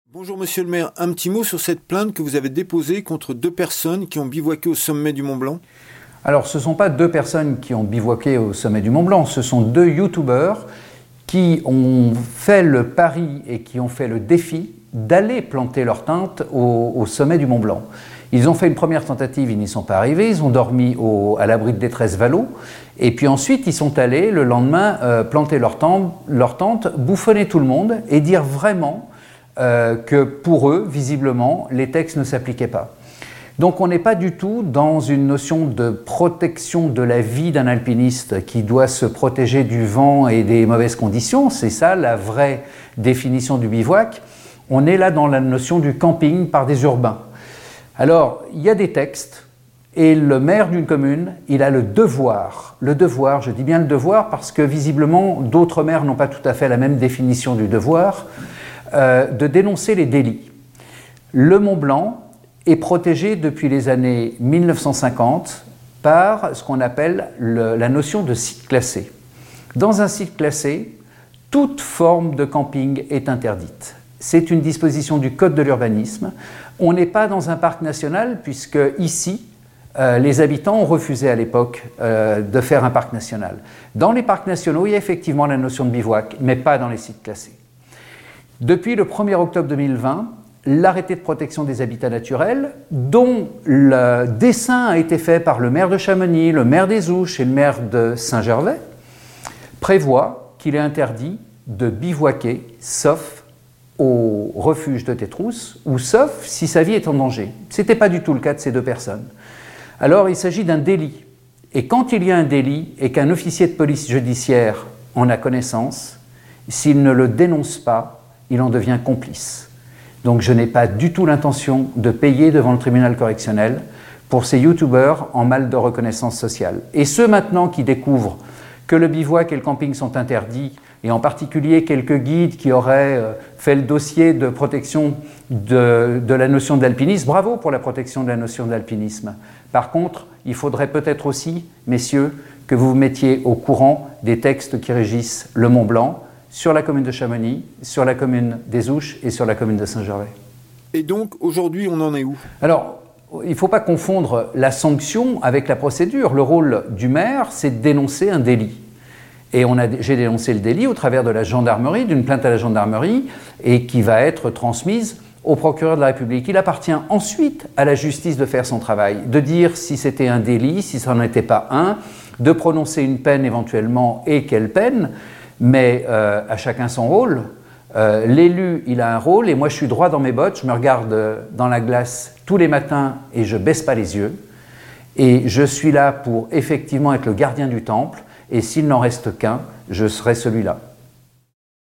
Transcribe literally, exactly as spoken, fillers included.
Bonjour Monsieur le maire, un petit mot sur cette plainte que vous avez déposée contre deux personnes qui ont bivouaqué au sommet du Mont Blanc. Alors ce ne sont pas deux personnes qui ont bivouaqué au sommet du Mont Blanc, ce sont deux youtubeurs qui ont fait le pari et qui ont fait le défi d'aller planter leur tente au, au sommet du Mont Blanc. Ils ont fait une première tentative, ils n'y sont pas arrivés, ils ont dormi au, à l'abri de détresse Vallot, et puis ensuite ils sont allés le lendemain euh, planter leur tente, leur tente, bouffonner tout le monde et dire vraiment Euh, que pour eux, visiblement, les textes ne s'appliquaient pas. Donc on n'est pas du tout dans une notion de protection de la vie d'un alpiniste qui doit se protéger du vent et des mauvaises conditions, c'est ça la vraie définition du bivouac. On est là dans la notion du camping par des urbains. Alors, il y a des textes, et le maire d'une commune, il a le devoir, le devoir, je dis bien le devoir, parce que visiblement, d'autres maires n'ont pas tout à fait la même définition du devoir, Euh, de dénoncer les délits. Le Mont Blanc est protégé depuis les années mille neuf cent cinquante par ce qu'on appelle le, la notion de site classé. Dans un site classé, toute forme de camping est interdite. C'est une disposition du Code de l'urbanisme. On n'est pas dans un parc national puisque ici, euh, les habitants ont refusé à l'époque euh, de faire un parc national. Dans les parcs nationaux, il y a effectivement la notion de bivouac, mais pas dans les sites classés. Depuis le premier octobre deux mille vingt, l'arrêté de protection des habitats naturels, dont le dessin a été fait par le maire de Chamonix, le maire des Ouches et le maire de Saint-Gervais, prévoit qu'il est interdit de bivouaquer, sauf au refuge de Tétrousse, ou sauf si sa vie est en danger. Ce n'était pas du tout le cas de ces deux personnes. Alors il s'agit d'un délit. Et quand il y a un délit et qu'un officier de police judiciaire en a connaissance, s'il ne le dénonce pas, il en devient complice. Donc je n'ai pas du tout l'intention de payer devant le tribunal correctionnel pour ces youtubeurs en mal de reconnaissance sociale. Et ceux maintenant qui découvrent que le bivouac et le camping sont interdits, et en particulier quelques guides qui auraient fait le dossier de protection de, de la notion d'alpinisme, bravo pour la protection de la notion d'alpinisme. Par contre, il faudrait peut-être aussi, messieurs, que vous vous mettiez au courant des textes qui régissent le Mont Blanc, sur la commune de Chamonix, sur la commune des Ouches et sur la commune de Saint-Gervais. Et donc, aujourd'hui, on en est où? Alors, il ne faut pas confondre la sanction avec la procédure. Le rôle du maire, c'est de dénoncer un délit. Et on a, j'ai dénoncé le délit au travers de la gendarmerie, d'une plainte à la gendarmerie, et qui va être transmise au procureur de la République. Il appartient ensuite à la justice de faire son travail, de dire si c'était un délit, si ça n'en était pas un, de prononcer une peine éventuellement et quelle peine. Mais euh, à chacun son rôle. Euh, l'élu, il a un rôle, et moi je suis droit dans mes bottes, je me regarde dans la glace tous les matins et je baisse pas les yeux. Et je suis là pour effectivement être le gardien du temple, et s'il n'en reste qu'un, je serai celui-là.